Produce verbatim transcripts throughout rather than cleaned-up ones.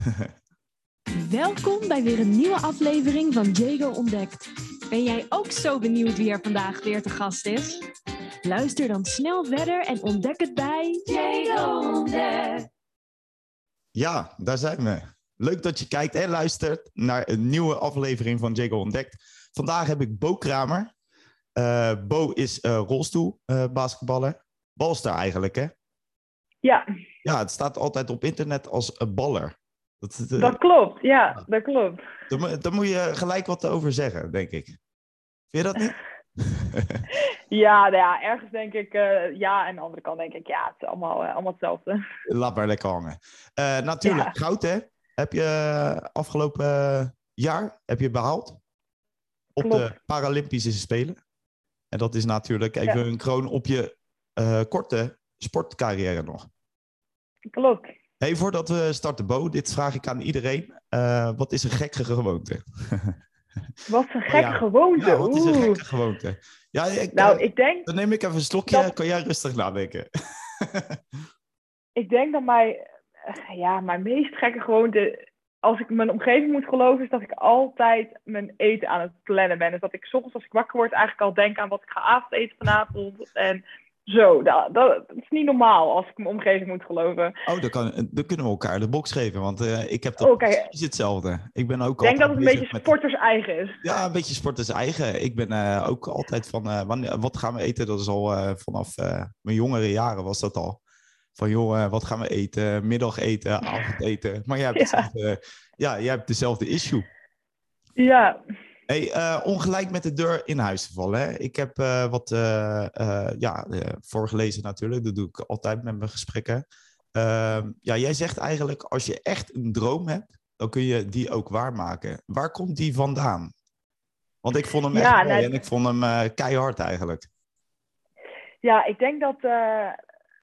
Welkom bij weer een nieuwe aflevering van Jago Ontdekt. Ben jij ook zo benieuwd wie er vandaag weer te gast is? Luister dan snel verder en ontdek het bij Jago Ontdekt. Ja, daar zijn we. Leuk dat je kijkt en luistert naar een nieuwe aflevering van Jago Ontdekt. Vandaag heb ik Bo Kramer. Uh, Bo is uh, rolstoelbasketballer. Uh, Balster eigenlijk, hè? Ja. Ja, het staat altijd op internet als een baller. Dat, uh, dat klopt, ja, ja, dat klopt. Daar, daar moet je gelijk wat over zeggen, denk ik. Vind je dat niet? ja, nou ja, ergens denk ik uh, ja. En aan de andere kant denk ik ja, het is allemaal, uh, allemaal hetzelfde. Laat maar lekker hangen. Uh, natuurlijk, ja. Goud hè? Heb je uh, afgelopen uh, jaar heb je behaald? Op klopt. De Paralympische Spelen. En dat is natuurlijk even ja. een kroon op je uh, korte sportcarrière nog. Klopt. Hey, voordat we starten, Bo, dit vraag ik aan iedereen. Uh, wat is een gekke gewoonte? Wat is een gekke ja. gewoonte? Ja, wat is een gekke gewoonte? Ja, ik, nou, ik denk... Dan neem ik even een slokje, dat... kan jij rustig nadenken. ik denk dat mijn, ja, mijn meest gekke gewoonte, als ik mijn omgeving moet geloven, is dat ik altijd mijn eten aan het plannen ben. Dus dat ik 's ochtends als ik wakker word eigenlijk al denk aan wat ik ga avondeten vanavond. En zo, dat, dat, dat is niet normaal als ik mijn omgeving moet geloven. Oh, dan, kan, dan kunnen we elkaar de box geven, want uh, ik heb dat okay. precies hetzelfde. Ik ben ook ik denk dat het een beetje sporters met... eigen is. Ja, een beetje sporters eigen. Ik ben uh, ook altijd van, uh, wanneer, wat gaan we eten? Dat is al uh, vanaf uh, mijn jongere jaren was dat al. Van joh, uh, wat gaan we eten? Middageten, avondeten. Maar jij hebt, ja. Dezelfde, ja, jij hebt dezelfde issue. Ja. Hey, uh, ongelijk met de deur in huis te vallen. Hè? Ik heb uh, wat uh, uh, ja, uh, voorgelezen natuurlijk. Dat doe ik altijd met mijn gesprekken. Uh, ja, jij zegt eigenlijk, als je echt een droom hebt, dan kun je die ook waarmaken. Waar komt die vandaan? Want ik vond hem echt ja, mooi nou, en ik vond hem uh, keihard eigenlijk. Ja, ik denk dat... Uh,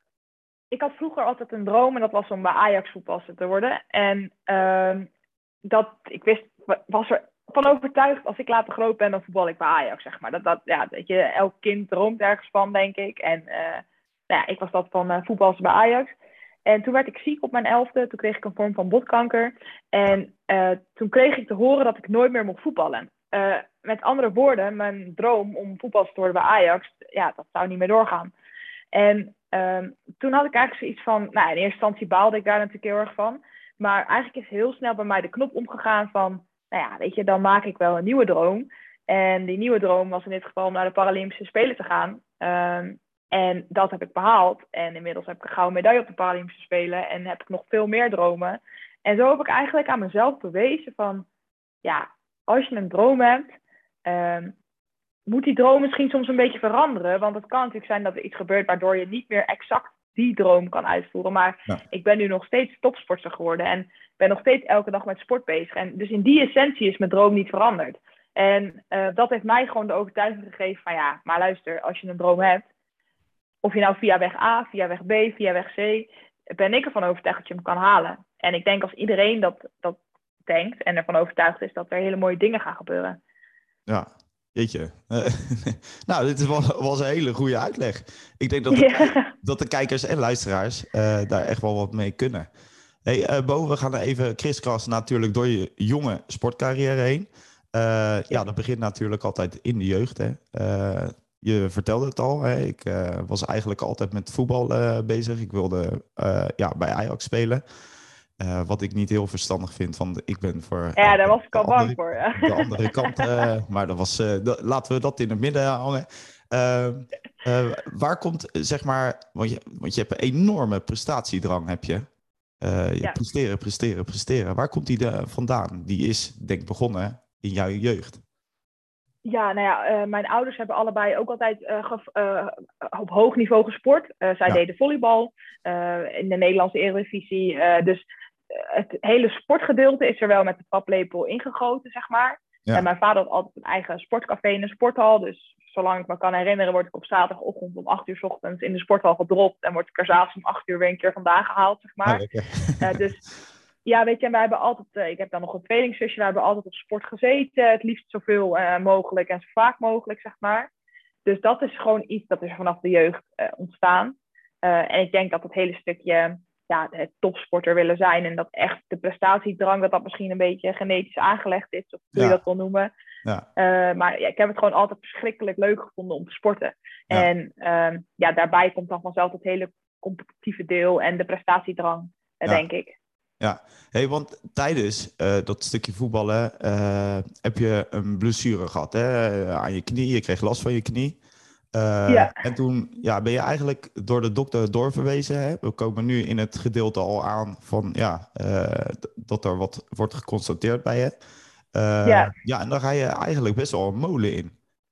ik had vroeger altijd een droom en dat was om bij Ajax voetbalster te worden. En uh, dat, ik wist, was er... van overtuigd, als ik later groot ben, dan voetbal ik bij Ajax, zeg maar. Dat, dat, ja, weet je, elk kind droomt ergens van, denk ik. En uh, nou ja, ik was dat van uh, voetbalster bij Ajax. En toen werd ik ziek op mijn elfde. Toen kreeg ik een vorm van botkanker. En uh, toen kreeg ik te horen dat ik nooit meer mocht voetballen. Uh, met andere woorden, mijn droom om voetbalster te worden bij Ajax, ja, dat zou niet meer doorgaan. En uh, toen had ik eigenlijk zoiets van, nou, in eerste instantie baalde ik daar natuurlijk heel erg van. Maar eigenlijk is heel snel bij mij de knop omgegaan van, nou ja, weet je, dan maak ik wel een nieuwe droom. En die nieuwe droom was in dit geval om naar de Paralympische Spelen te gaan. Um, en dat heb ik behaald. En inmiddels heb ik een gouden medaille op de Paralympische Spelen. En heb ik nog veel meer dromen. En zo heb ik eigenlijk aan mezelf bewezen van, ja, als je een droom hebt, um, moet die droom misschien soms een beetje veranderen. Want het kan natuurlijk zijn dat er iets gebeurt waardoor je niet meer exact die droom kan uitvoeren. Maar ja. Ik ben nu nog steeds topsporter geworden. En ben nog steeds elke dag met sport bezig. En dus in die essentie is mijn droom niet veranderd. En uh, dat heeft mij gewoon de overtuiging gegeven van ja, maar luister, als je een droom hebt, of je nou via weg A, via weg B, via weg C, ben ik ervan overtuigd dat je hem kan halen. En ik denk als iedereen dat, dat denkt en ervan overtuigd is, dat er hele mooie dingen gaan gebeuren. Ja, jeetje. Nou, dit was, was een hele goede uitleg. Ik denk dat de, ja. dat de kijkers en luisteraars uh, daar echt wel wat mee kunnen. Hey, uh, Bo, we gaan even kriskras natuurlijk door je jonge sportcarrière heen. Uh, ja. ja, dat begint natuurlijk altijd in de jeugd. Hè. Uh, je vertelde het al. Hè. Ik uh, was eigenlijk altijd met voetbal uh, bezig. Ik wilde uh, ja, bij Ajax spelen. Uh, wat ik niet heel verstandig vind. Want ik ben voor... Ja, uh, daar was ik al bang voor. Ja. De andere kant. Uh, maar dat was, uh, dat, laten we dat in het midden hangen. Uh, uh, waar komt, zeg maar... Want je, want je hebt een enorme prestatiedrang, heb je. Uh, je ja. Presteren, presteren, presteren. Waar komt die de, vandaan? Die is, denk ik, begonnen in jouw jeugd. Ja, nou ja, uh, mijn ouders hebben allebei ook altijd uh, ge- uh, op hoog niveau gesport. Uh, zij ja. deden volleybal uh, in de Nederlandse Eredivisie. Uh, dus uh, het hele sportgedeelte is er wel met de paplepel ingegoten, zeg maar. Ja. En mijn vader had altijd een eigen sportcafé en een sporthal. Dus zolang ik me kan herinneren, word ik op zaterdagochtend om acht uur 's ochtends in de sporthal gedropt. En word ik er 's avonds om acht uur weer een keer vandaan gehaald, zeg maar. Oh, uh, dus ja, weet je, en wij hebben altijd, uh, ik heb dan nog een tweelingzusje, wij hebben altijd op sport gezeten. Het liefst zoveel uh, mogelijk en zo vaak mogelijk, zeg maar. Dus dat is gewoon iets dat is vanaf de jeugd uh, ontstaan. Uh, en ik denk dat het hele stukje ja, het topsporter willen zijn. En dat echt de prestatiedrang, dat dat misschien een beetje genetisch aangelegd is. Of hoe Ja. je dat wil noemen. Ja. Uh, maar ja, ik heb het gewoon altijd verschrikkelijk leuk gevonden om te sporten. Ja. En uh, ja, daarbij komt dan vanzelf het hele competitieve deel en de prestatiedrang, uh, ja. denk ik. Ja, hey, want tijdens uh, dat stukje voetballen uh, heb je een blessure gehad hè? Uh, aan je knie. Je kreeg last van je knie. Uh, ja. En toen ja, ben je eigenlijk door de dokter doorverwezen. Hè? We komen nu in het gedeelte al aan van ja, uh, dat er wat wordt geconstateerd bij je. Uh, ja. ja, en dan ga je eigenlijk best wel een molen in.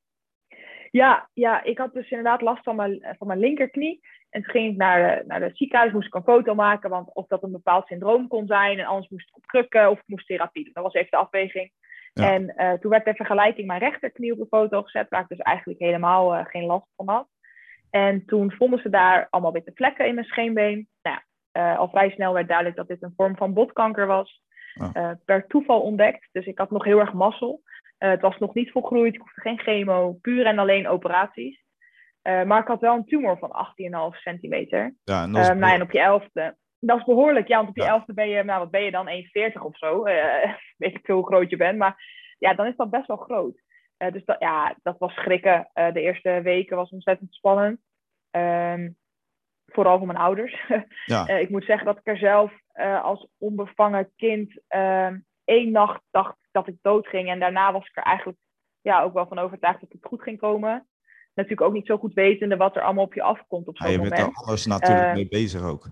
Ja, ja, ik had dus inderdaad last van mijn, van mijn linkerknie. En toen ging ik naar de, naar de ziekenhuis, moest ik een foto maken, want of dat een bepaald syndroom kon zijn. En anders moest ik op krukken of ik moest therapie doen. Dat was even de afweging. Ja. En uh, toen werd ter vergelijking mijn rechterknie op de foto gezet, waar ik dus eigenlijk helemaal uh, geen last van had. En toen vonden ze daar allemaal witte vlekken in mijn scheenbeen. Nou ja, uh, al vrij snel werd duidelijk dat dit een vorm van botkanker was. Oh. Uh, per toeval ontdekt, dus ik had nog heel erg mazzel. Uh, het was nog niet volgroeid, ik hoefde geen chemo, puur en alleen operaties. Uh, maar ik had wel een tumor van achttien komma vijf centimeter. Ja, en, dat is uh, nou, en op je elfde, dat is behoorlijk. Ja, want op je ja. elfde ben je, nou wat ben je dan, één veertig of zo. Uh, weet ik veel hoe groot je bent, maar ja, dan is dat best wel groot. Uh, dus dat, ja, dat was schrikken. Uh, de eerste weken was ontzettend spannend. Um, vooral voor mijn ouders. Ja. uh, ik moet zeggen dat ik er zelf uh, als onbevangen kind uh, één nacht dacht dat ik dood ging. En daarna was ik er eigenlijk ja, ook wel van overtuigd dat het goed ging komen. Natuurlijk ook niet zo goed wetende wat er allemaal op je afkomt op zo'n ja, je moment. bent er anders natuurlijk uh, mee bezig ook.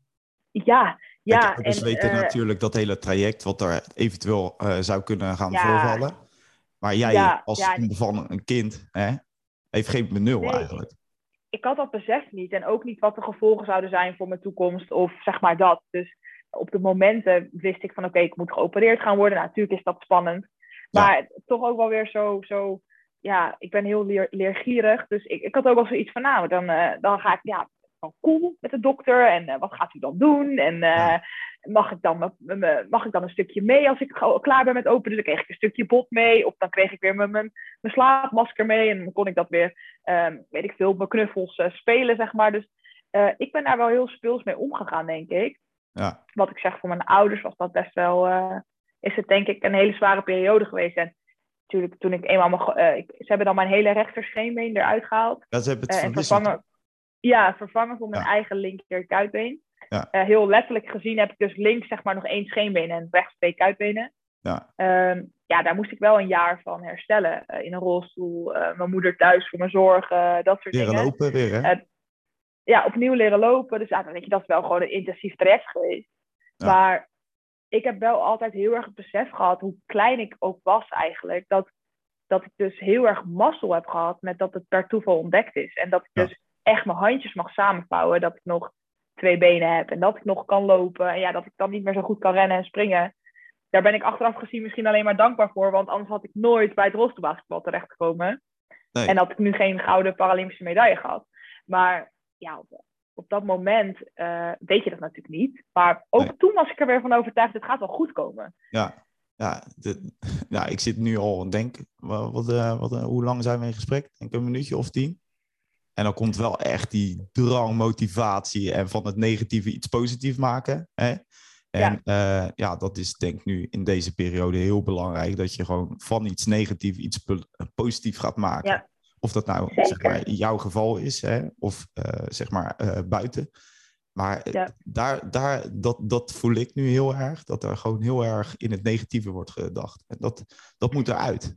Ja, ja. Kijk, dus en, weten uh, natuurlijk dat hele traject wat er eventueel uh, zou kunnen gaan ja, voorvallen. Maar jij ja, als ja, onbevangen een kind hè, heeft geen benul nee, eigenlijk. Ik had dat besef niet. En ook niet wat de gevolgen zouden zijn voor mijn toekomst. Of zeg maar dat. Dus op de momenten wist ik van oké, okay, ik moet geopereerd gaan worden. Nou, natuurlijk is dat spannend. Maar ja. toch ook wel weer zo... zo ja, ik ben heel leer, leergierig. Dus ik, ik had ook wel zoiets van nou, dan, uh, dan ga ik... ja, dan cool met de dokter. En uh, wat gaat u dan doen? En uh, ja. mag, ik dan, mag ik dan een stukje mee als ik klaar ben met openen? Dus dan kreeg ik een stukje bot mee. Of dan kreeg ik weer mijn, mijn, mijn slaapmasker mee. En dan kon ik dat weer, um, weet ik veel, mijn knuffels uh, spelen, zeg maar. Dus uh, ik ben daar wel heel speels mee omgegaan, denk ik. Ja. Wat ik zeg, voor mijn ouders was dat best wel... Uh, is het denk ik een hele zware periode geweest. En natuurlijk, toen ik eenmaal... Mag, uh, ik, ze hebben dan mijn hele rechterscheenbeen eruit gehaald. Ja, ze hebben het uh, en vervangen. Ja, vervangen voor mijn ja. eigen linker kuitbeen. Ja. Uh, heel letterlijk gezien heb ik dus links zeg maar nog één scheenbeen en rechts twee kuitbenen. Ja. Um, ja, daar moest ik wel een jaar van herstellen. Uh, in een rolstoel, uh, mijn moeder thuis voor mijn zorgen, dat soort leren dingen. Leren lopen weer, hè? Uh, ja, opnieuw leren lopen. Dus ja, dan weet je, dat is wel gewoon een intensief traject geweest. Ja. Maar ik heb wel altijd heel erg het besef gehad, hoe klein ik ook was eigenlijk, dat, dat ik dus heel erg mazzel heb gehad met dat het per toeval ontdekt is. En dat ik ja. dus echt mijn handjes mag samenvouwen, dat ik nog twee benen heb en dat ik nog kan lopen. En ja, dat ik dan niet meer zo goed kan rennen en springen. Daar ben ik achteraf gezien misschien alleen maar dankbaar voor, want anders had ik nooit bij het rolstoelbasketbal terechtgekomen. Nee. En had ik nu geen gouden Paralympische medaille gehad. Maar ja, op, op dat moment uh, weet je dat natuurlijk niet. Maar ook nee. toen was ik er weer van overtuigd, het gaat wel goed komen. Ja, ja, de, ja ik zit nu al, denk, wat, wat, wat, hoe lang zijn we in gesprek? Denk een minuutje of tien? En dan komt wel echt die drang, motivatie en van het negatieve iets positief maken. Hè? En ja. Uh, ja, dat is denk ik nu in deze periode heel belangrijk. Dat je gewoon van iets negatiefs iets positief gaat maken. Ja. Of dat nou zeg maar, in jouw geval is, hè? Of uh, zeg maar uh, buiten. Maar ja. daar, daar, dat, dat voel ik nu heel erg. Dat er gewoon heel erg in het negatieve wordt gedacht. En dat, dat moet eruit.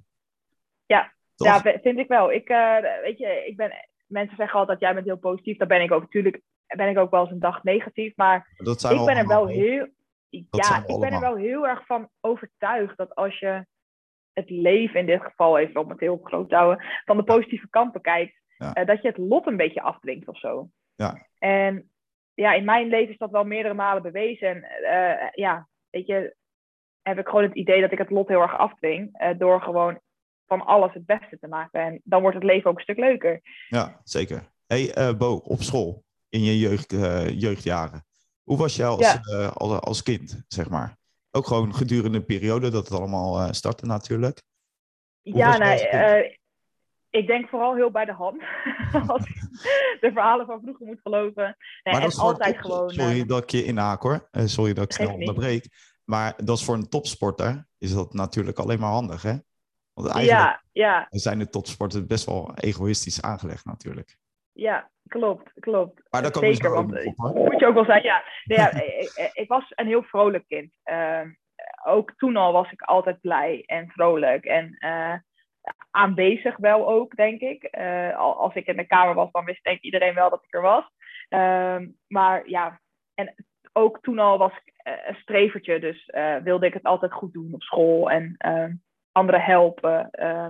Ja, ja, vind ik wel. Ik, uh, weet je, ik ben... Mensen zeggen altijd, jij bent heel positief. Dat ben ik ook. Natuurlijk ben ik ook wel eens een dag negatief. Maar ik ben er wel heel... Ja, ik ben er wel heel erg van overtuigd dat als je het leven in dit geval, even om het heel groot te houden, van de positieve kant bekijkt, ja. uh, dat je het lot een beetje afdwingt of zo. Ja. En ja, in mijn leven is dat wel meerdere malen bewezen. En uh, ja, weet je, heb ik gewoon het idee dat ik het lot heel erg afdwing. Uh, door gewoon van alles het beste te maken. En dan wordt het leven ook een stuk leuker. Ja, zeker. Hey, uh, Bo, op school, in je jeugd, uh, jeugdjaren. Hoe was jij als, ja. uh, als, als kind, zeg maar? Ook gewoon gedurende de periode dat het allemaal uh, startte natuurlijk. Hoe ja, nee, uh, ik denk vooral heel bij de hand. Als ik de verhalen van vroeger moet geloven. Nee, Maar dat en is voor altijd top... gewoon... Sorry uh, dat ik je inhaak hoor. Uh, sorry dat ik snel geeft niet. onderbreek. Maar dat is voor een topsporter is dat natuurlijk alleen maar handig, hè? Want eigenlijk Ja, ja. zijn de topsporters best wel egoïstisch aangelegd natuurlijk. Ja, klopt, klopt. Maar daar komen we Zeker, zo want nog op, hoor. moet je ook wel zeggen, ja. Nee, ja ik, ik, ik was een heel vrolijk kind. Uh, ook toen al was ik altijd blij en vrolijk. En uh, aanwezig wel ook, denk ik. Uh, als ik in de kamer was, dan wist denk ik iedereen wel dat ik er was. Uh, maar ja, en ook toen al was ik uh, een strevertje. Dus uh, wilde ik het altijd goed doen op school. En uh, anderen helpen. Uh,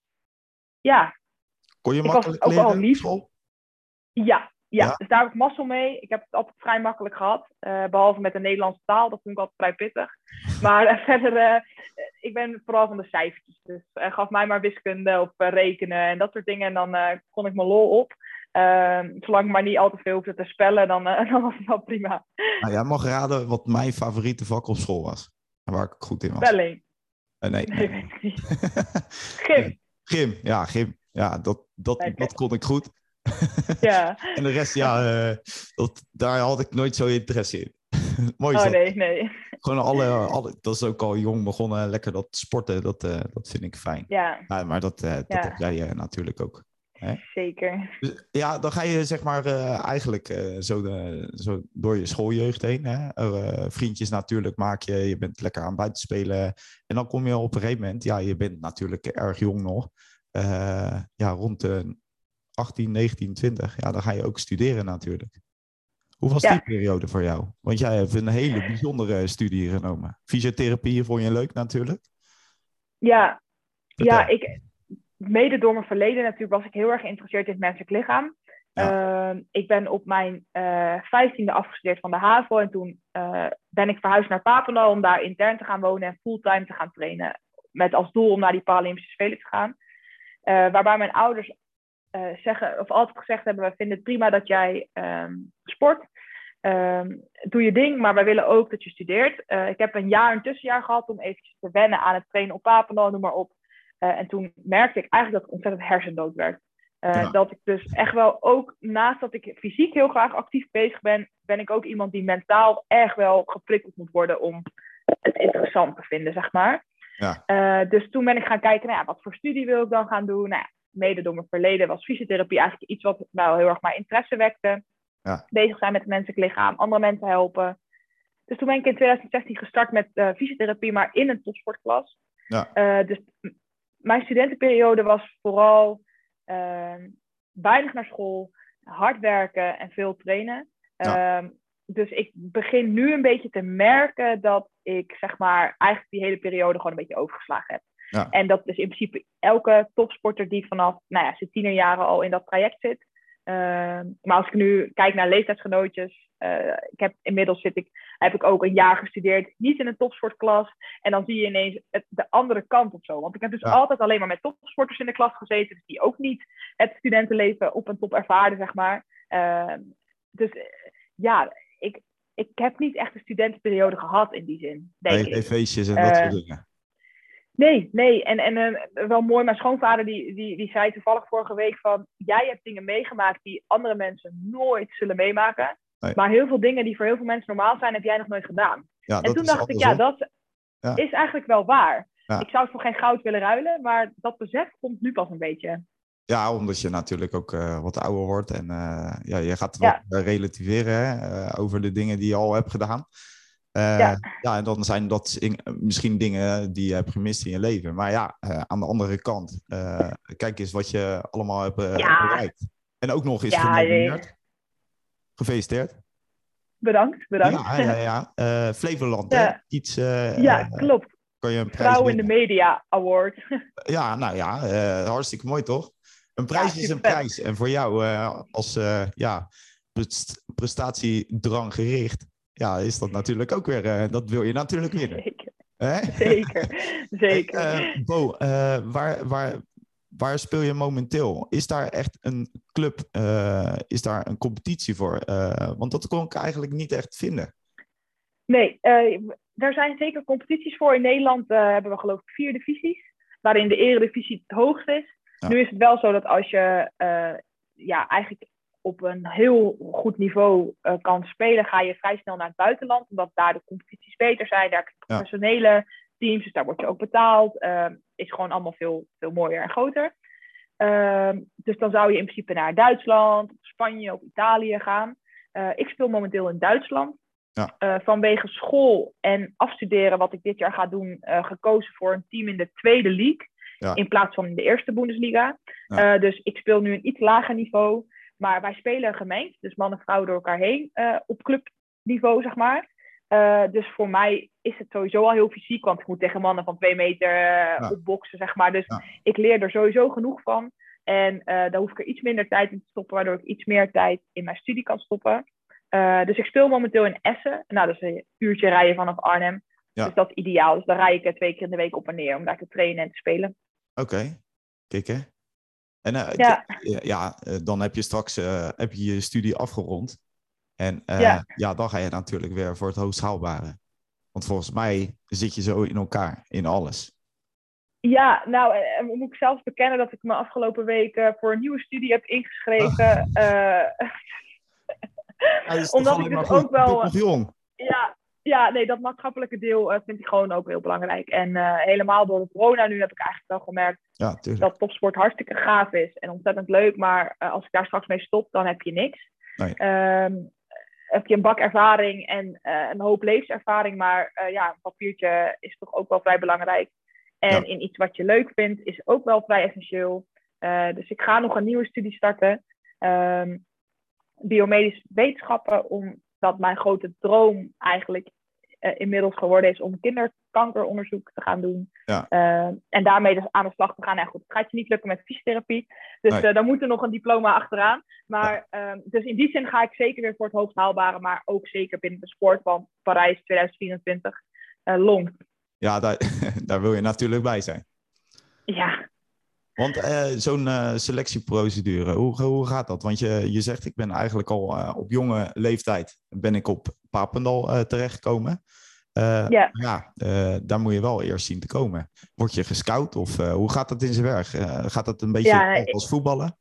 ja. Kon je ik makkelijk was ook leren al lief. op school? Ja, ja, Ja. dus daar heb ik mazzel mee. Ik heb het altijd vrij makkelijk gehad. Uh, behalve met de Nederlandse taal. Dat vond ik altijd vrij pittig. Maar uh, verder, uh, ik ben vooral van de cijfertjes. Dus uh, gaf mij maar wiskunde of uh, rekenen en dat soort dingen. En dan uh, kon ik mijn lol op. Uh, zolang ik maar niet al te veel hoefde te spellen, dan, uh, dan was het wel prima. Nou, jij mag raden wat mijn favoriete vak op school was. En waar ik goed in was. Spelling. Uh, nee, nee, nee. weet ik niet. Gym. Gym, ja, gym. Ja, dat, dat, Nee, dat kon ik goed. Ja. En de rest, ja, uh, dat, daar had ik nooit zo interesse in. Mooi oh zo. nee, nee. Gewoon alle, alle, dat is ook al jong begonnen, lekker dat sporten, dat, uh, dat vind ik fijn. Ja. Ja, maar dat, uh, dat ja. heb jij uh, natuurlijk ook. Hè? Zeker. Dus, ja, dan ga je zeg maar uh, eigenlijk uh, zo, de, zo door je schooljeugd heen. Hè? Uh, vriendjes natuurlijk maak je, je bent lekker aan buiten spelen. En dan kom je op een gegeven moment, ja, je bent natuurlijk erg jong nog. Uh, ja, rond de achttien, negentien, twintig. Ja, dan ga je ook studeren natuurlijk. Hoe was ja. die periode voor jou? Want jij hebt een hele bijzondere studie genomen. Fysiotherapie vond je leuk natuurlijk? Ja, ja ik, mede door mijn verleden natuurlijk was ik heel erg geïnteresseerd in het menselijk lichaam. Ja. Uh, ik ben op mijn uh, vijftiende afgestudeerd van de HAVO. En toen uh, ben ik verhuisd naar Papendal om daar intern te gaan wonen en fulltime te gaan trainen. Met als doel om naar die Paralympische Spelen te gaan. Uh, waarbij mijn ouders uh, zeggen, of altijd gezegd hebben, we vinden het prima dat jij um, sport. Um, doe je ding, maar wij willen ook dat je studeert. Uh, ik heb een jaar, een tussenjaar gehad om eventjes te wennen aan het trainen op Papendal, noem maar op. Uh, en toen merkte ik eigenlijk dat ik ontzettend hersendood werd. Uh, ja. Dat ik dus echt wel ook, naast dat ik fysiek heel graag actief bezig ben, ben ik ook iemand die mentaal echt wel geprikkeld moet worden om het interessant te vinden, zeg maar. Ja. Uh, dus toen ben ik gaan kijken, nou ja, wat voor studie wil ik dan gaan doen? Nou ja, mede door mijn verleden was fysiotherapie eigenlijk iets wat nou heel erg mijn interesse wekte. Ja. Bezig zijn met het menselijk lichaam, andere mensen helpen. Dus toen ben ik in twintig zestien gestart met uh, fysiotherapie, maar in een topsportklas. Ja. Uh, dus m- mijn studentenperiode was vooral uh, weinig naar school, hard werken en veel trainen. Ja. Uh, dus ik begin nu een beetje te merken dat ik zeg maar eigenlijk die hele periode gewoon een beetje overgeslagen heb. Ja. En dat is in principe elke topsporter die vanaf nou ja, zijn tienerjaren al in dat traject zit. Uh, maar als ik nu kijk naar leeftijdsgenootjes, uh, ik heb, inmiddels zit ik, heb ik ook een jaar gestudeerd, niet in een topsportklas. En dan zie je ineens het, de andere kant of zo. Want ik heb dus ja. altijd alleen maar met topsporters in de klas gezeten, dus die ook niet het studentenleven op een top ervaarden, zeg maar. Uh, dus uh, ja, ik, ik heb niet echt een studentenperiode gehad in die zin, denk nee, ik. Nee, feestjes en dat uh, soort dingen. Nee, nee. En, en uh, wel mooi, mijn schoonvader die, die, die zei toevallig vorige week van, jij hebt dingen meegemaakt die andere mensen nooit zullen meemaken. Nee. Maar heel veel dingen die voor heel veel mensen normaal zijn, heb jij nog nooit gedaan. Ja, en toen dacht ik, ja, dat ja. is eigenlijk wel waar. Ja. Ik zou het voor geen goud willen ruilen, maar dat besef komt nu pas een beetje. Ja, omdat je natuurlijk ook uh, wat ouder wordt en uh, ja, je gaat wat ja. relativeren hè, uh, over de dingen die je al hebt gedaan. Uh, ja. ja, en dan zijn dat in, misschien dingen die je hebt gemist in je leven. Maar ja, uh, aan de andere kant, uh, kijk eens wat je allemaal hebt uh, ja. bereikt. En ook nog eens ja, genomineerd. Nee. Gefeliciteerd. Bedankt, bedankt. Ja, ja, ja. Uh, Flevoland, ja. hè? Iets, uh, ja, klopt. Kan je een prijs Vrouw in de Media Award. Ja, nou ja, uh, hartstikke mooi toch? Een prijs ja, is een prijs. En voor jou uh, als uh, ja, prestatiedrang gericht, ja, is dat natuurlijk ook weer, uh, dat wil je natuurlijk winnen. Zeker, Hè? zeker, zeker. Hey, uh, Bo, uh, waar, waar, waar speel je momenteel? Is daar echt een club, uh, is daar een competitie voor? Uh, want dat kon ik eigenlijk niet echt vinden. Nee, uh, er zijn zeker competities voor. In Nederland uh, hebben we geloof ik vier divisies, waarin de eredivisie het hoogst is. Ja. Nu is het wel zo dat als je uh, ja, eigenlijk op een heel goed niveau uh, kan spelen, ga je vrij snel naar het buitenland. Omdat daar de competities beter zijn. Daar heb je professionele ja. teams, dus daar word je ook betaald. Uh, is gewoon allemaal veel, veel mooier en groter. Uh, dus dan zou je in principe naar Duitsland, of Spanje of Italië gaan. Uh, ik speel momenteel in Duitsland. Ja. Uh, vanwege school en afstuderen, wat ik dit jaar ga doen, uh, gekozen voor een team in de tweede league. Ja. In plaats van in de eerste Bundesliga. Ja. Uh, dus ik speel nu een iets lager niveau. Maar wij spelen gemengd. Dus man en vrouw door elkaar heen. Uh, op clubniveau, zeg maar. Uh, dus voor mij is het sowieso al heel fysiek. Want ik moet tegen mannen van twee meter uh, ja. opboksen, zeg maar. Dus ja. ik leer er sowieso genoeg van. En uh, daar hoef ik er iets minder tijd in te stoppen. Waardoor ik iets meer tijd in mijn studie kan stoppen. Uh, dus ik speel momenteel in Essen. Nou, dat is een uurtje rijden vanaf Arnhem. Ja. Dus dat is ideaal. Dus dan rij ik twee keer in de week op en neer. Om daar te trainen en te spelen. Oké, okay. Kijk hè. En uh, ja. D- ja, uh, dan heb je straks uh, heb je, je studie afgerond. En uh, ja. ja, dan ga je natuurlijk weer voor het hoogst haalbare. Want volgens mij zit je zo in elkaar, in alles. Ja, nou, uh, moet ik zelfs bekennen dat ik me afgelopen week uh, voor een nieuwe studie heb ingeschreven. Oh. Uh, ja, omdat ik dus ook wel... Nog jong. Ja, ja, nee, dat maatschappelijke deel uh, vind ik gewoon ook heel belangrijk. En uh, helemaal door de corona nu heb ik eigenlijk wel gemerkt ja, dat topsport hartstikke gaaf is. En ontzettend leuk, maar uh, als ik daar straks mee stop, dan heb je niks. Nee. Um, heb je een bak ervaring en uh, een hoop levenservaring. Maar uh, ja, een papiertje is toch ook wel vrij belangrijk. En ja. in iets wat je leuk vindt, is ook wel vrij essentieel. Uh, dus ik ga nog een nieuwe studie starten. Um, biomedische wetenschappen, omdat mijn grote droom eigenlijk uh, inmiddels geworden is om kinderkankeronderzoek te gaan doen. Ja. Uh, en daarmee dus aan de slag te gaan. En goed, het gaat je niet lukken met fysiotherapie. Dus nee. uh, dan moet er nog een diploma achteraan. Maar ja. uh, dus in die zin ga ik zeker weer voor het hoogst haalbare, maar ook zeker binnen de sport. Want Parijs tweeduizend vierentwintig uh, longt. Ja, daar, daar wil je natuurlijk bij zijn. Ja. Want uh, zo'n uh, selectieprocedure, hoe, hoe gaat dat? Want je, je zegt, ik ben eigenlijk al uh, op jonge leeftijd ben ik op Papendal uh, terechtgekomen. Uh, ja, ja uh, daar moet je wel eerst zien te komen. Word je gescout of uh, hoe gaat dat in zijn werk? Uh, gaat dat een beetje ja, nee, als voetballen?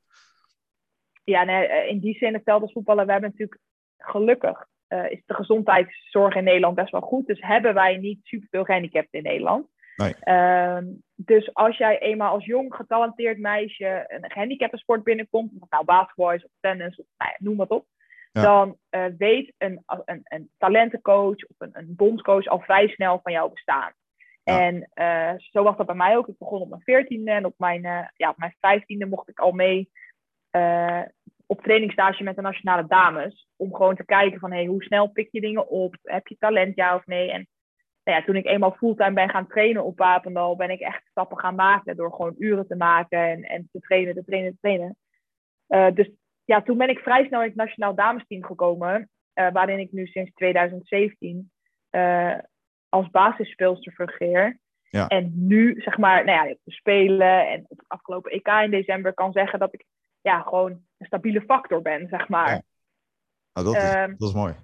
Ja, nee, in die zin hetzelfde als voetballen. We hebben natuurlijk gelukkig uh, is de gezondheidszorg in Nederland best wel goed. Dus hebben wij niet superveel gehandicapten in Nederland. Nee. Uh, dus als jij eenmaal als jong getalenteerd meisje een gehandicaptensport binnenkomt, of nou basketbal is of tennis, of, nou ja, noem wat op, ja. dan uh, weet een, een, een talentencoach of een, een bondscoach al vrij snel van jouw bestaan. Ja. En uh, zo was dat bij mij ook. Ik begon op mijn veertiende en op mijn, uh, ja, op mijn vijftiende mocht ik al mee uh, op trainingsstage met de nationale dames. Om gewoon te kijken van hey, hoe snel pik je dingen op? Heb je talent, ja of nee? En nou ja, toen ik eenmaal fulltime ben gaan trainen op Papendal, ben ik echt stappen gaan maken door gewoon uren te maken en, en te trainen, te trainen, te trainen. Uh, dus ja, toen ben ik vrij snel in het nationaal damesteam gekomen, uh, waarin ik nu sinds tweeduizend zeventien uh, als basisspeelster fungeer. Ja. En nu, zeg maar, nou ja, op de Spelen en op het afgelopen E K in december kan zeggen dat ik ja, gewoon een stabiele factor ben, zeg maar. Ja. Nou, dat, is, uh, dat is mooi.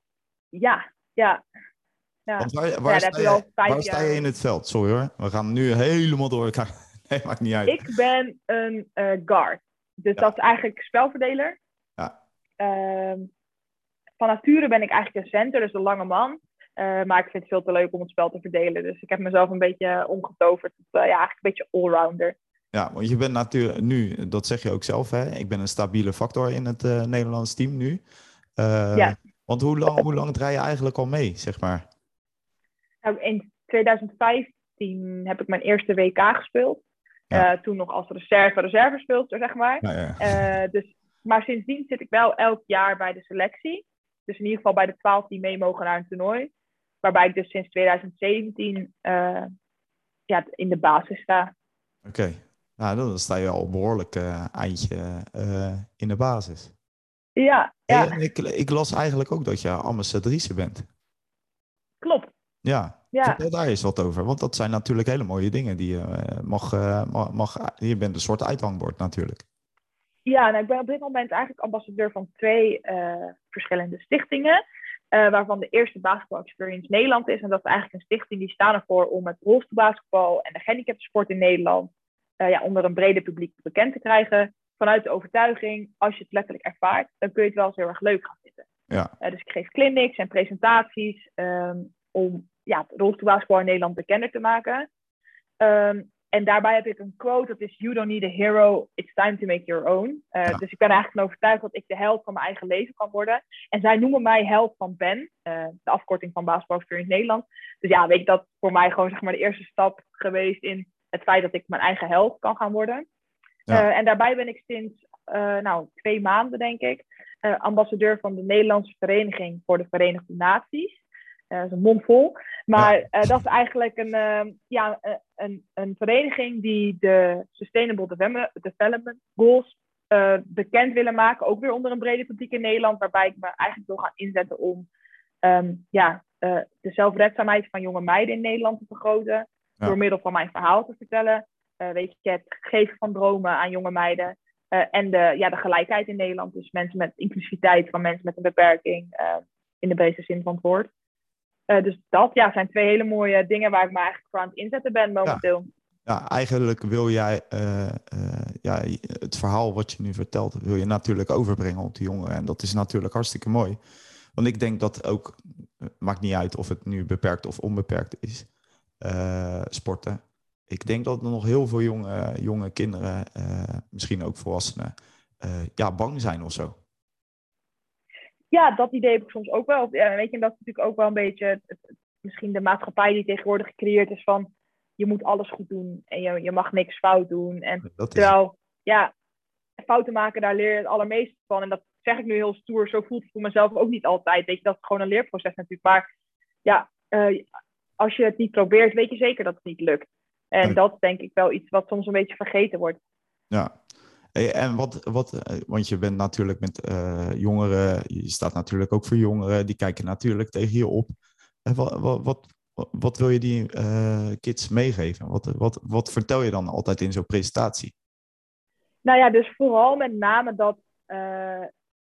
Ja, ja. Ja. Want waar, waar, ja, sta, je, waar sta je in het veld? Sorry hoor, we gaan nu helemaal door elkaar. Nee, maakt niet uit. Ik ben een uh, guard. Dus ja. dat is eigenlijk spelverdeler. Ja. Uh, van nature ben ik eigenlijk een center, dus een lange man. Uh, maar ik vind het veel te leuk om het spel te verdelen. Dus ik heb mezelf een beetje omgetoverd. Uh, ja, eigenlijk een beetje allrounder. Ja, want je bent natuurlijk nu, dat zeg je ook zelf, hè? Ik ben een stabiele factor in het uh, Nederlands team nu. Uh, ja. Want hoe lang, hoe lang draai je eigenlijk al mee, zeg maar? Nou, in tweeduizend vijftien heb ik mijn eerste W K gespeeld. Ja. Uh, toen nog als reserve, reservespeelster, zeg maar. Ja, ja. Uh, dus, maar sindsdien zit ik wel elk jaar bij de selectie. Dus in ieder geval bij de twaalf die mee mogen naar een toernooi. Waarbij ik dus sinds tweeduizend zeventien uh, ja, in de basis sta. Oké. Okay. Nou, dan sta je al behoorlijk uh, eindje uh, in de basis. Ja. ja. Hey, ik, ik las eigenlijk ook dat je ambassadrice bent. Klopt. Ja, ja. vertel daar eens wat over. Want dat zijn natuurlijk hele mooie dingen die je uh, mag, uh, mag, mag... Je bent een soort uithangbord natuurlijk. Ja, nou, ik ben op dit moment eigenlijk ambassadeur van twee uh, verschillende stichtingen. Uh, waarvan de eerste Basketball Experience Nederland is. En dat is eigenlijk een stichting die staan ervoor om het rolstoelbasketbal en de gehandicaptensport in Nederland uh, ja, onder een breder publiek bekend te krijgen. Vanuit de overtuiging, als je het letterlijk ervaart, dan kun je het wel eens heel erg leuk gaan vinden. Ja. Uh, dus ik geef clinics en presentaties um, om ja, rolstoelbasketbal in Nederland bekender te maken. Um, en daarbij heb ik een quote, dat is: "You don't need a hero, it's time to make your own." Uh, ja. Dus ik ben eigenlijk van overtuigd dat ik de held van mijn eigen leven kan worden. En zij noemen mij held van Ben, uh, de afkorting van basketbalster in Nederland. Dus ja, weet ik, dat voor mij gewoon zeg maar de eerste stap geweest in het feit dat ik mijn eigen held kan gaan worden. Ja. Uh, en daarbij ben ik sinds uh, nou, twee maanden, denk ik, uh, ambassadeur van de Nederlandse Vereniging voor de Verenigde Naties. Uh, dat is een mond vol. Maar ja. uh, dat is eigenlijk een, uh, ja, een, een vereniging die de Sustainable Development Goals uh, bekend willen maken. Ook weer onder een brede publiek in Nederland. Waarbij ik me eigenlijk wil gaan inzetten om um, ja, uh, de zelfredzaamheid van jonge meiden in Nederland te vergroten. Ja. Door middel van mijn verhaal te vertellen. Uh, weet je, het geven van dromen aan jonge meiden. Uh, en de, ja, de gelijkheid in Nederland. Dus mensen met inclusiviteit van mensen met een beperking. Uh, in de breedste zin van het woord. Uh, dus dat ja, zijn twee hele mooie dingen waar ik me eigenlijk voor aan het inzetten ben momenteel. Ja, ja eigenlijk wil jij uh, uh, ja, het verhaal wat je nu vertelt, wil je natuurlijk overbrengen op de jongeren. En dat is natuurlijk hartstikke mooi. Want ik denk dat ook, maakt niet uit of het nu beperkt of onbeperkt is, uh, sporten. Ik denk dat er nog heel veel jonge, jonge kinderen, uh, misschien ook volwassenen, uh, ja, bang zijn of zo. Ja, dat idee heb ik soms ook wel. Ja, weet je, en dat is natuurlijk ook wel een beetje het, het, misschien de maatschappij die tegenwoordig gecreëerd is van je moet alles goed doen en je, je mag niks fout doen. En dat is... terwijl, ja, fouten maken, daar leer je het allermeest van. En dat zeg ik nu heel stoer, zo voelt het voor mezelf ook niet altijd. Weet je, dat is gewoon een leerproces natuurlijk. Maar ja, uh, als je het niet probeert, weet je zeker dat het niet lukt. En nee. Dat is denk ik wel iets wat soms een beetje vergeten wordt. Ja. En wat, wat, want je bent natuurlijk met uh, jongeren, je staat natuurlijk ook voor jongeren, die kijken natuurlijk tegen je op. En wat, wat, wat, wat wil je die uh, kids meegeven? Wat, wat, wat vertel je dan altijd in zo'n presentatie? Nou ja, dus vooral met name dat, uh,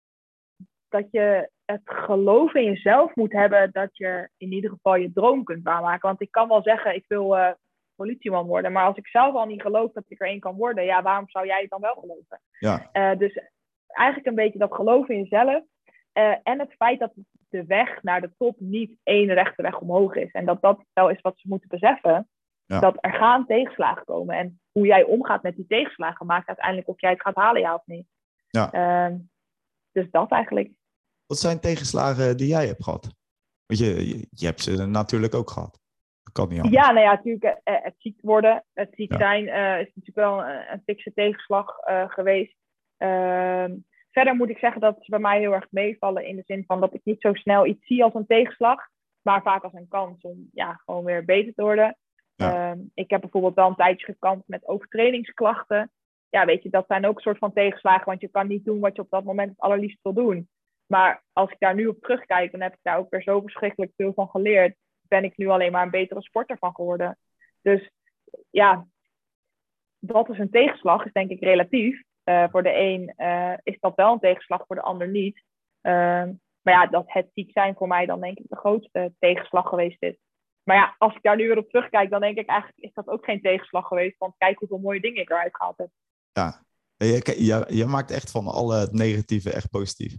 dat je het geloof in jezelf moet hebben dat je in ieder geval je droom kunt waarmaken. Want ik kan wel zeggen, ik wil... Uh, politieman worden. Maar als ik zelf al niet geloof dat ik er één kan worden, ja, waarom zou jij het dan wel geloven? Ja. Uh, dus eigenlijk een beetje dat geloof in jezelf. Uh, en het feit dat de weg naar de top niet één rechte weg omhoog is. En dat dat wel is wat ze moeten beseffen. Ja. Dat er gaan tegenslagen komen. En hoe jij omgaat met die tegenslagen maakt uiteindelijk of jij het gaat halen, ja of niet. Ja. Uh, dus dat eigenlijk. Wat zijn tegenslagen die jij hebt gehad? Want je, je, je hebt ze natuurlijk ook gehad. Kan niet ja, nou ja, natuurlijk uh, het ziek worden, het ziek ja. zijn uh, is natuurlijk wel een, een fikse tegenslag uh, geweest. Uh, verder moet ik zeggen dat ze bij mij heel erg meevallen in de zin van dat ik niet zo snel iets zie als een tegenslag, maar vaak als een kans om ja, gewoon weer beter te worden. Ja. Uh, ik heb bijvoorbeeld wel een tijdje gekampt met overtrainingsklachten. Ja, weet je, dat zijn ook een soort van tegenslagen, want je kan niet doen wat je op dat moment het allerliefst wil doen. Maar als ik daar nu op terugkijk, dan heb ik daar ook weer zo verschrikkelijk veel van geleerd. Ben ik nu alleen maar een betere sporter van geworden. Dus ja, wat is een tegenslag is denk ik relatief. Uh, voor de een uh, is dat wel een tegenslag, voor de ander niet. Uh, maar ja, dat het ziek zijn voor mij dan denk ik de grootste tegenslag geweest is. Maar ja, als ik daar nu weer op terugkijk, dan denk ik eigenlijk is dat ook geen tegenslag geweest. Want kijk hoeveel mooie dingen ik eruit gehaald heb. Ja, je, je, je maakt echt van alle het negatieve echt positief.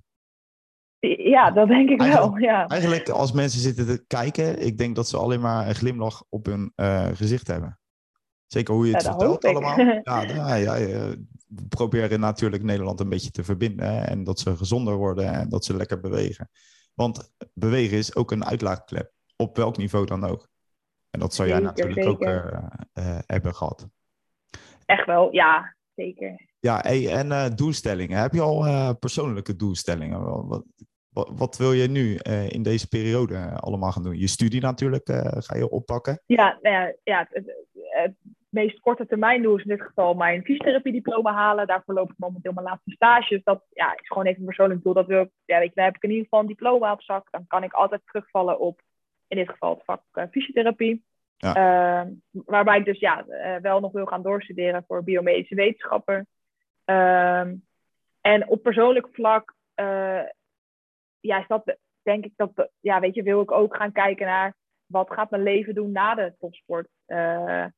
Ja, dat denk ik eigenlijk, wel, ja. Eigenlijk als mensen zitten te kijken, ik denk dat ze alleen maar een glimlach op hun uh, gezicht hebben. Zeker hoe je het ja, vertelt allemaal. Ja, ja, ja, we proberen natuurlijk Nederland een beetje te verbinden. Hè, en dat ze gezonder worden en dat ze lekker bewegen. Want bewegen is ook een uitlaatklep. Op welk niveau dan ook. En dat zou jij zeker, natuurlijk zeker. ook uh, uh, hebben gehad. Echt wel, ja, zeker. Ja, hey, en uh, doelstellingen. Heb je al uh, persoonlijke doelstellingen? Wat, wat, wat wil je nu uh, in deze periode uh, allemaal gaan doen? Je studie natuurlijk uh, ga je oppakken? Ja, nou ja, ja het, het, het meest korte termijn doel is in dit geval mijn fysiotherapiediploma halen. Daarvoor loop ik momenteel mijn laatste stages. Dat ja, is gewoon even een persoonlijk doel. Dat wil ik, ja, weet je, dan heb ik in ieder geval een diploma op zak. Dan kan ik altijd terugvallen op, in dit geval, het vak uh, fysiotherapie. Ja. Uh, waarbij ik dus ja, uh, wel nog wil gaan doorstuderen voor biomedische wetenschapper. Uh, en op persoonlijk vlak, uh, ja, is dat, denk ik dat, ja, weet je, wil ik ook gaan kijken naar wat gaat mijn leven doen na de topsport. Uh,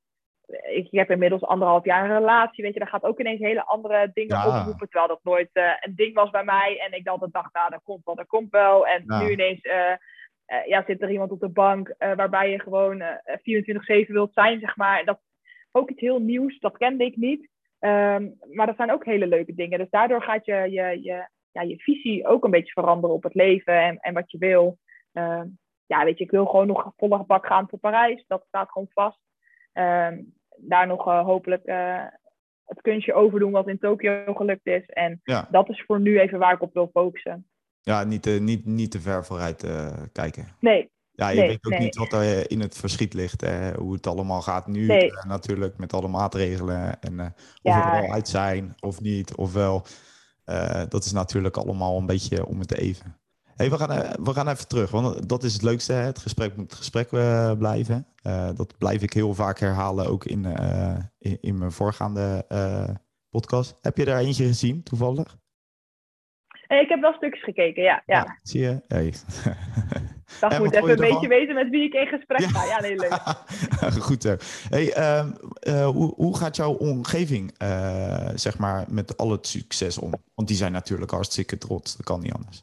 ik heb inmiddels anderhalf jaar een relatie, weet je, daar gaat ook ineens hele andere dingen Ja. oproepen, terwijl dat nooit uh, een ding was bij mij. En ik altijd dacht, nou, dat komt wel, dat komt wel. En Ja. nu ineens uh, uh, ja, zit er iemand op de bank uh, waarbij je gewoon uh, vierentwintig zeven wilt zijn, zeg maar. Dat is ook iets heel nieuws, dat kende ik niet. Um, maar dat zijn ook hele leuke dingen. Dus daardoor gaat je, je, je, ja, je visie ook een beetje veranderen op het leven en, en wat je wil. Uh, ja, weet je, ik wil gewoon nog volle bak gaan voor Parijs. Dat staat gewoon vast. Um, daar nog uh, hopelijk uh, het kunstje overdoen wat in Tokio gelukt is. En Ja. dat is voor nu even waar ik op wil focussen. Ja, niet, uh, niet, niet te ver vooruit uh, kijken. Nee. Ja, je nee, weet ook nee. niet wat er in het verschiet ligt. Hè? Hoe het allemaal gaat nu nee. uh, natuurlijk met alle maatregelen. En uh, of ja. we er al uit zijn of niet. Ofwel, uh, dat is natuurlijk allemaal een beetje om het even. Hey, we, gaan, uh, we gaan even terug, want dat is het leukste. Hè? Het gesprek moet het gesprek uh, blijven. Uh, dat blijf ik heel vaak herhalen, ook in, uh, in, in mijn voorgaande uh, podcast. Heb je daar eentje gezien, toevallig? Ik heb wel stukjes gekeken, ja. ja. ja zie je? Hey. Ik dacht, moet even een beetje weten met wie ik in gesprek ja. ga. Ja, nee, leuk. Goed zo. Hey, uh, uh, hoe, hoe gaat jouw omgeving, uh, zeg maar, met al het succes om? Want die zijn natuurlijk hartstikke trots. Dat kan niet anders.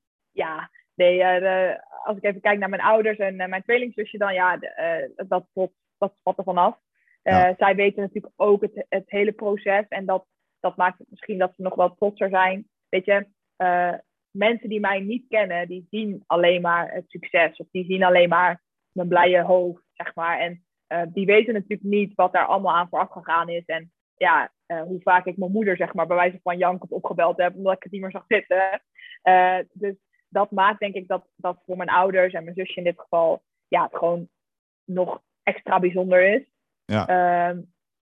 Ja, nee, uh, de, als ik even kijk naar mijn ouders en uh, mijn tweelingzusje, dan ja, de, uh, dat, dat, dat spat er vanaf. Uh, ja. Zij weten natuurlijk ook het, het hele proces. En dat, dat maakt het misschien dat ze nog wel trotser zijn. Weet je, uh, mensen die mij niet kennen, die zien alleen maar het succes. Of die zien alleen maar mijn blije hoofd, zeg maar. En uh, die weten natuurlijk niet wat daar allemaal aan vooraf gegaan is. En ja, uh, hoe vaak ik mijn moeder, zeg maar, bij wijze van jankend opgebeld heb, omdat ik het niet meer zag zitten. Uh, dus dat maakt denk ik dat, dat voor mijn ouders en mijn zusje in dit geval, ja, het gewoon nog extra bijzonder is. Ja. Uh,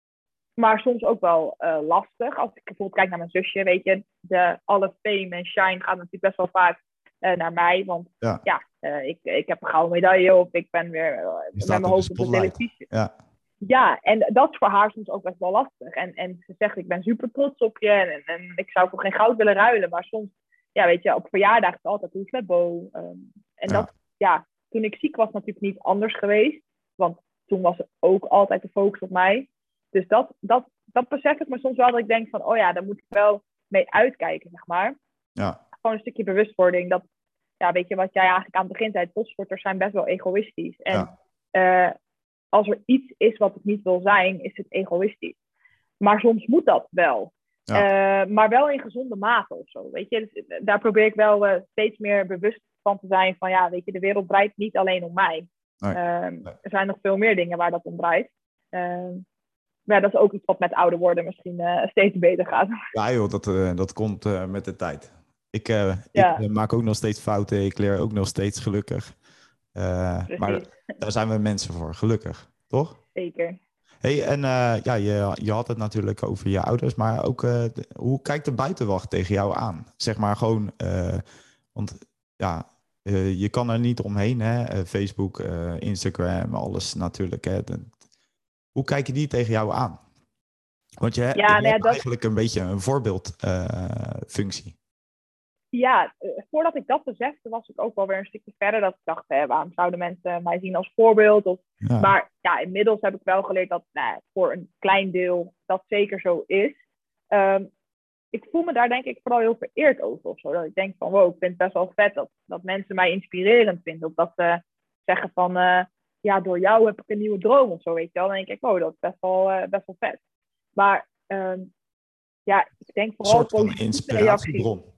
maar soms ook wel uh, lastig. Als ik bijvoorbeeld kijk naar mijn zusje, weet je, de, alle fame en shine gaat natuurlijk best wel vaak uh, naar mij. Want ja, ja uh, ik, ik heb een gouden medaille of ik ben weer uh, met mijn hoofd op de televisie. Ja. Ja, en dat is voor haar soms ook best wel lastig. En, en ze zegt, ik ben super trots op je en, en ik zou voor geen goud willen ruilen. Maar soms, ja, weet je, op verjaardag is het altijd hoe is het met Bo. Um, en ja. dat, ja, toen ik ziek was natuurlijk niet anders geweest. Want toen was het ook altijd de focus op mij. Dus dat, dat, dat besef ik me soms wel dat ik denk van, oh ja, daar moet ik wel mee uitkijken, zeg maar. Ja. Gewoon een stukje bewustwording. Dat, ja, weet je, wat jij eigenlijk aan het begin zei, topsporters zijn best wel egoïstisch. En ja. uh, als er iets is wat ik niet wil zijn, is het egoïstisch. Maar soms moet dat wel. Ja. Uh, maar wel in gezonde mate of zo, weet je. Dus, daar probeer ik wel uh, steeds meer bewust van te zijn van, ja, weet je, de wereld draait niet alleen om mij. Nee. Uh, nee. Er zijn nog veel meer dingen waar dat om draait. Uh, ja, dat is ook iets wat met ouder worden misschien uh, steeds beter gaat. Ja joh, dat, uh, dat komt uh, met de tijd. Ik, uh, ja. ik uh, maak ook nog steeds fouten, ik leer ook nog steeds gelukkig. Uh, maar daar zijn we mensen voor, gelukkig, toch? Zeker. Hey, en uh, ja, je, je had het natuurlijk over je ouders, maar ook uh, de, hoe kijkt de buitenwacht tegen jou aan? Zeg maar gewoon, uh, want ja, uh, je kan er niet omheen, hè? Uh, Facebook, uh, Instagram, alles natuurlijk. Hè? De, hoe kijken die tegen jou aan? Want je, ja, je nou ja, hebt dat... eigenlijk een beetje een voorbeeldfunctie. Uh, ja, uh, voordat ik dat besefte, was ik ook wel weer een stukje verder. Dat ik dacht, hè, waarom zouden mensen mij zien als voorbeeld? Of... Ja. Maar ja, inmiddels heb ik wel geleerd dat nou, voor een klein deel dat zeker zo is. Um, ik voel me daar denk ik vooral heel vereerd over of zo. Dat ik denk van, wow, ik vind het best wel vet dat, dat mensen mij inspirerend vinden. Of dat ze zeggen van, uh, ja, door jou heb ik een nieuwe droom of zo, weet je wel. Dan denk ik, wow, dat is best wel, uh, best wel vet. Maar um, ja, ik denk vooral... Een soort van inspiratiebron.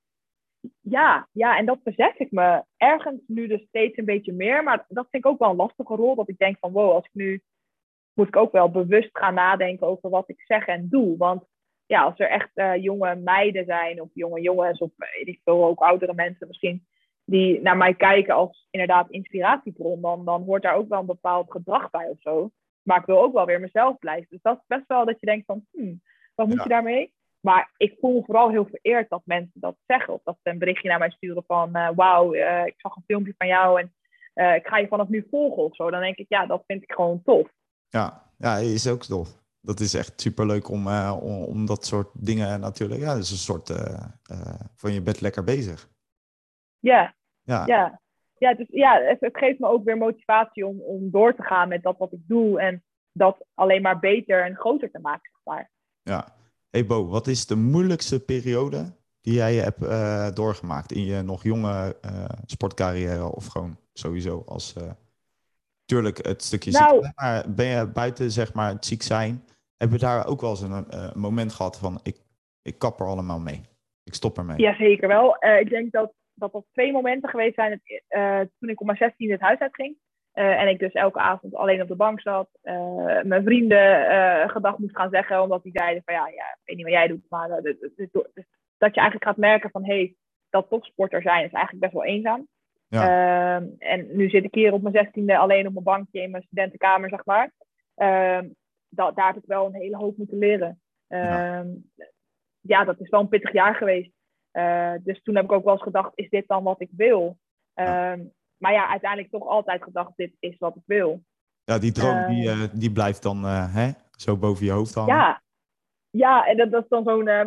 Ja, ja, en dat besef ik me ergens nu dus steeds een beetje meer. Maar dat vind ik ook wel een lastige rol. Dat ik denk van, wow, als ik nu... moet ik ook wel bewust gaan nadenken over wat ik zeg en doe. Want ja, als er echt uh, jonge meiden zijn of jonge jongens... of weet ik veel, ook oudere mensen misschien... die naar mij kijken als inderdaad inspiratiebron... dan, dan hoort daar ook wel een bepaald gedrag bij of zo. Maar ik wil ook wel weer mezelf blijven. Dus dat is best wel dat je denkt van... Hmm, wat moet ja. je daarmee? Maar ik voel me vooral heel vereerd dat mensen dat zeggen. Of dat ze een berichtje naar mij sturen van... Uh, wauw, uh, ik zag een filmpje van jou en uh, ik ga je vanaf nu volgen of zo. Dan denk ik, ja, dat vind ik gewoon tof. Ja, ja, is ook tof. Dat is echt superleuk om, uh, om, om dat soort dingen natuurlijk... Ja, dat is een soort uh, uh, van je bed lekker bezig. Ja, ja. ja. Ja, dus, ja het, het geeft me ook weer motivatie om, om door te gaan met dat wat ik doe. En dat alleen maar beter en groter te maken, zeg maar. Ja. Hey Bo, wat is de moeilijkste periode die jij hebt uh, doorgemaakt in je nog jonge uh, sportcarrière of gewoon sowieso als... Uh, tuurlijk het stukje nou, ziek zijn, maar ben je buiten zeg maar het ziek zijn, heb je daar ook wel eens een uh, moment gehad van ik, ik kap er allemaal mee. Ik stop ermee. Ja, zeker wel. Uh, ik denk dat dat er twee momenten geweest zijn uh, toen ik om mijn zestiende het huis uitging. Uh, en ik dus elke avond alleen op de bank zat. Uh, mijn vrienden uh, gedag moest gaan zeggen, omdat die zeiden van ja, ja, ik weet niet wat jij doet, maar uh, dus, dus, dus, dat je eigenlijk gaat merken van hé, hey, dat topsporter zijn is eigenlijk best wel eenzaam. Ja. Uh, en nu zit ik hier op mijn zestiende alleen op mijn bankje in mijn studentenkamer, zeg maar. Uh, da- daar heb ik wel een hele hoop moeten leren. Uh, ja. ja, dat is wel een pittig jaar geweest. Uh, dus toen heb ik ook wel eens gedacht, is dit dan wat ik wil? Uh, ja. Maar ja, uiteindelijk toch altijd gedacht, dit is wat ik wil. Ja, die droom uh, die, uh, die blijft dan uh, hè? Zo boven je hoofd hangen. Ja, ja en dat, dat is dan zo'n uh,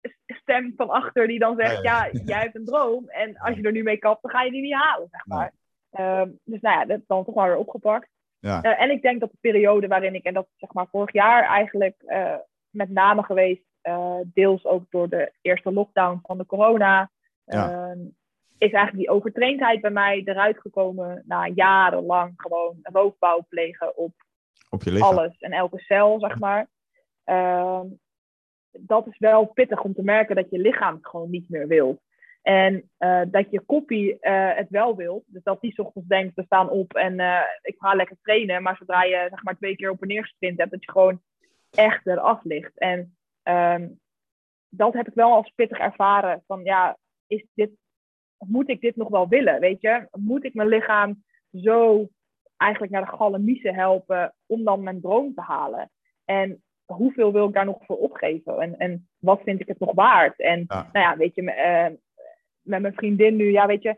stem van achter die dan zegt, ja, ja, ja, jij hebt een droom. En als je er nu mee kapt, dan ga je die niet halen, zeg maar. Nee. Uh, dus nou ja, dat is dan toch maar weer opgepakt. Ja. Uh, en ik denk dat de periode waarin ik, en dat is zeg maar vorig jaar eigenlijk uh, met name geweest, uh, deels ook door de eerste lockdown van de corona, ja. uh, is eigenlijk die overtraindheid bij mij eruit gekomen na jarenlang gewoon roofbouw plegen op, op je lichaam. Alles en elke cel, zeg maar. Uh, dat is wel pittig om te merken dat je lichaam het gewoon niet meer wil. En uh, dat je koppie uh, het wel wil. Dus dat die 's ochtends denkt, we staan op en uh, ik ga lekker trainen. Maar zodra je zeg maar twee keer op en neer gesprint hebt, dat je gewoon echt eraf ligt. En um, dat heb ik wel als pittig ervaren. Van ja, is dit, moet ik dit nog wel willen, weet je? Moet ik mijn lichaam zo eigenlijk naar de galamiezen helpen om dan mijn droom te halen? En hoeveel wil ik daar nog voor opgeven? En, en wat vind ik het nog waard? En ja. nou ja, weet je, uh, met mijn vriendin nu, ja, weet je,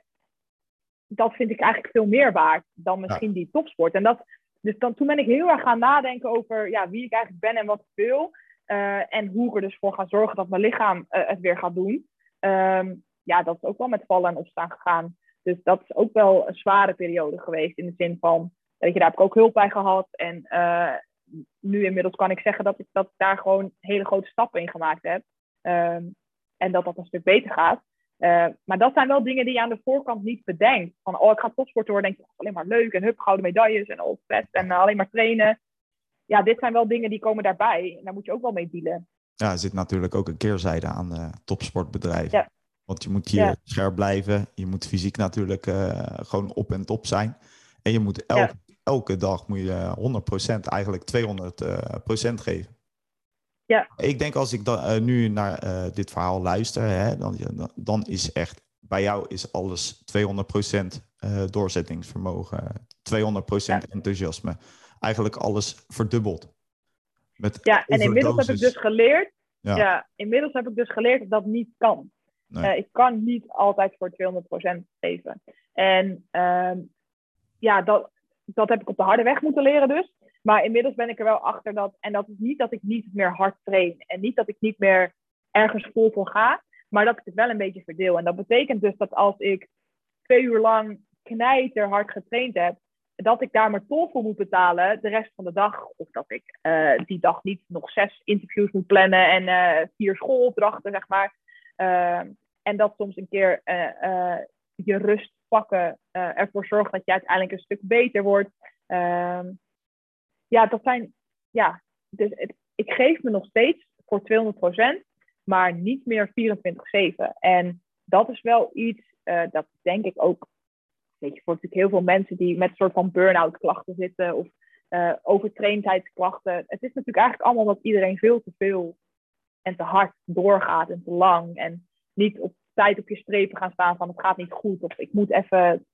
dat vind ik eigenlijk veel meer waard dan misschien ja. die topsport. En dat, dus dan, toen ben ik heel erg gaan nadenken over ja, wie ik eigenlijk ben en wat ik wil. Uh, en hoe ik er dus voor ga zorgen dat mijn lichaam uh, het weer gaat doen. Um, ja, dat is ook wel met vallen en opstaan gegaan. Dus dat is ook wel een zware periode geweest. In de zin van, weet je, daar heb ik ook hulp bij gehad. En uh, nu inmiddels kan ik zeggen dat ik, dat ik daar gewoon hele grote stappen in gemaakt heb. Um, en dat dat een stuk beter gaat. Uh, maar dat zijn wel dingen die je aan de voorkant niet bedenkt. Van, oh, ik ga topsporter worden. Denk je, alleen maar leuk. En hup, gouden medailles. En oh, vet. En uh, alleen maar trainen. Ja, dit zijn wel dingen die komen daarbij. En daar moet je ook wel mee dealen. Ja, er zit natuurlijk ook een keerzijde aan uh, topsportbedrijven. Ja. Want je moet hier ja. scherp blijven. Je moet fysiek natuurlijk uh, gewoon op en top zijn. En je moet elk, ja. elke dag moet je honderd procent, eigenlijk tweehonderd procent geven. Ja. Ik denk als ik dan, uh, nu naar uh, dit verhaal luister, hè, dan, dan is echt, bij jou is alles tweehonderd procent uh, doorzettingsvermogen, tweehonderd procent ja. enthousiasme. Eigenlijk alles verdubbeld. Met ja, en inmiddels heb ik dus geleerd, ja. Ja, inmiddels heb ik dus geleerd dat dat niet kan. Nee. Uh, ik kan niet altijd voor tweehonderd procent geven. En uh, ja, dat, dat heb ik op de harde weg moeten leren dus. Maar inmiddels ben ik er wel achter dat... En dat is niet dat ik niet meer hard train. En niet dat ik niet meer ergens vol voor ga. Maar dat ik het wel een beetje verdeel. En dat betekent dus dat als ik twee uur lang knijterhard getraind heb... dat ik daar mijn tol voor moet betalen de rest van de dag. Of dat ik uh, die dag niet nog zes interviews moet plannen... en uh, vier schoolopdrachten, zeg maar. Uh, en dat soms een keer uh, uh, je rust pakken... Uh, ervoor zorgt dat je uiteindelijk een stuk beter wordt... Uh, Ja, dat zijn, ja, dus het, ik geef me nog steeds voor tweehonderd procent, maar niet meer vierentwintig zeven. En dat is wel iets, uh, dat denk ik ook, weet je, voor natuurlijk heel veel mensen die met een soort van burn-out klachten zitten of uh, overtraindheidsklachten. Het is natuurlijk eigenlijk allemaal dat iedereen veel te veel en te hard doorgaat en te lang. En niet op tijd op je strepen gaan staan van het gaat niet goed of ik moet even...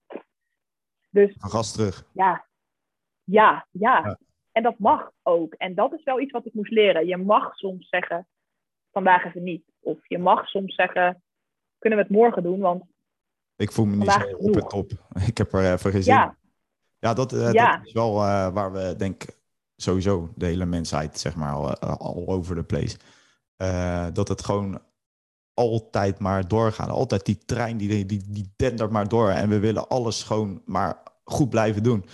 Dus, gas terug. Ja, ja, ja. ja. En dat mag ook. En dat is wel iets wat ik moest leren. Je mag soms zeggen, vandaag even niet. Of je mag soms zeggen, kunnen we het morgen doen? Want ik voel me niet zo op en top. Ik heb er even gezien. Ja, ja, dat, uh, ja. dat is wel uh, waar we denk sowieso de hele mensheid, zeg maar, al, all over the place. Uh, dat het gewoon altijd maar doorgaan. Altijd die trein, die, die, die dendert maar door. En we willen alles gewoon maar goed blijven doen.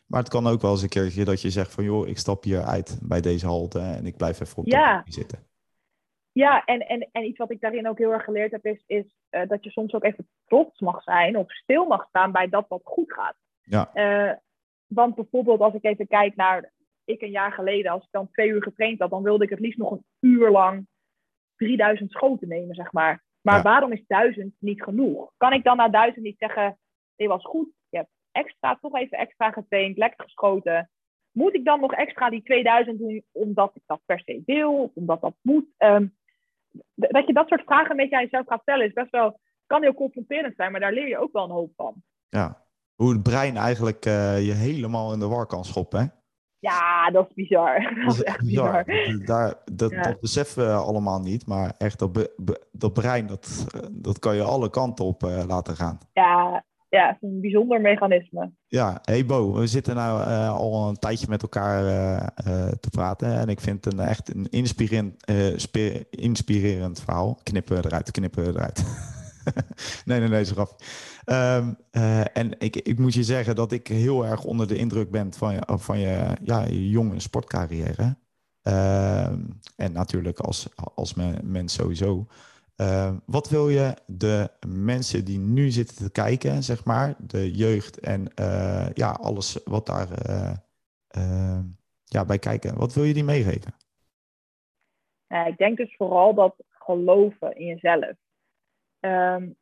Maar het kan ook wel eens een keertje dat je zegt van... joh, ik stap hier uit bij deze halte en ik blijf even op de Ja. bankje zitten. Ja, en, en, en iets wat ik daarin ook heel erg geleerd heb... is, is uh, dat je soms ook even trots mag zijn... of stil mag staan bij dat wat goed gaat. Ja. Uh, want bijvoorbeeld als ik even kijk naar... ik een jaar geleden, als ik dan twee uur getraind had... dan wilde ik het liefst nog een uur lang... drieduizend schoten nemen, zeg maar. Maar ja. waarom is duizend niet genoeg? Kan ik dan na duizend niet zeggen... dit was goed, je hebt extra, toch even extra getraind... lekker geschoten... Moet ik dan nog extra die tweeduizend doen omdat ik dat per se wil, of omdat dat moet? Um, dat je dat soort vragen een beetje aan jezelf gaat stellen is best wel, kan heel confronterend zijn, maar daar leer je ook wel een hoop van. Ja, hoe het brein eigenlijk uh, je helemaal in de war kan schoppen, hè? Ja, dat is bizar. Dat, dat is echt bizar. bizar. Daar, dat, ja. dat beseffen we allemaal niet, maar echt dat, be, be, dat brein, dat, dat kan je alle kanten op uh, laten gaan. Ja, ja, het is een bijzonder mechanisme. Ja, hey Bo, we zitten nou uh, al een tijdje met elkaar uh, uh, te praten. En ik vind het een, echt een inspirerend, uh, spe- inspirerend verhaal. Knippen we eruit, knippen we eruit. nee, nee, nee, zo grap. Um, uh, en ik, ik moet je zeggen dat ik heel erg onder de indruk ben van je, van je, ja, je jonge sportcarrière. Uh, en natuurlijk als, als mens sowieso. Uh, wat wil je de mensen die nu zitten te kijken, zeg maar, de jeugd en uh, ja, alles wat daar uh, uh, ja, bij kijken, wat wil je die meegeven? Ja, ik denk dus vooral dat geloven in jezelf. Um,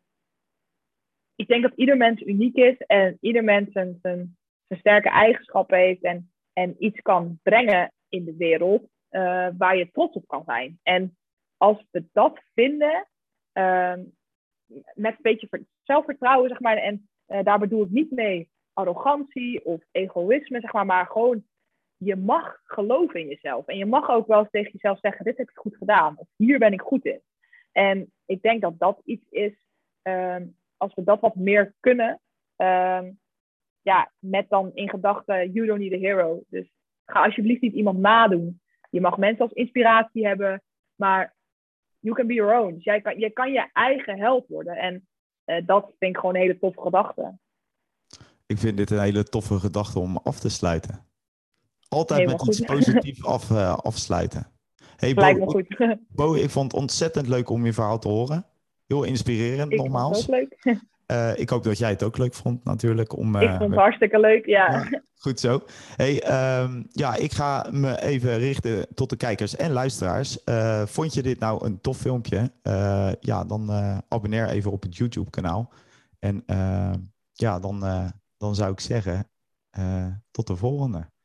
ik denk dat ieder mens uniek is en ieder mens zijn, zijn, zijn sterke eigenschappen heeft en, en iets kan brengen in de wereld uh, waar je trots op kan zijn. En als we dat vinden, uh, met een beetje zelfvertrouwen, zeg maar, en uh, daar bedoel ik niet mee arrogantie of egoïsme, zeg maar, maar gewoon, je mag geloven in jezelf. En je mag ook wel eens tegen jezelf zeggen, dit heb ik goed gedaan, of hier ben ik goed in. En ik denk dat dat iets is, uh, als we dat wat meer kunnen, uh, ja, met dan in gedachten, you don't need a hero. Dus ga alsjeblieft niet iemand nadoen. Je mag mensen als inspiratie hebben, maar you can be your own. Dus jij kan, je kan je eigen held worden. En uh, dat vind ik gewoon een hele toffe gedachte. Ik vind dit een hele toffe gedachte om af te sluiten. Altijd Helemaal met iets positiefs af, uh, afsluiten. Hey, Bo, Lijkt me goed. ik, Bo, ik vond het ontzettend leuk om je verhaal te horen. Heel inspirerend, ik nogmaals. Vond het ook leuk. Uh, ik hoop dat jij het ook leuk vond, natuurlijk. Om, uh, ik vond het met... hartstikke leuk, ja. ja goed zo. Hey, um, ja, ik ga me even richten tot de kijkers en luisteraars. Uh, vond je dit nou een tof filmpje? Uh, ja, dan uh, abonneer even op het YouTube-kanaal. En uh, ja, dan, uh, dan zou ik zeggen, uh, tot de volgende.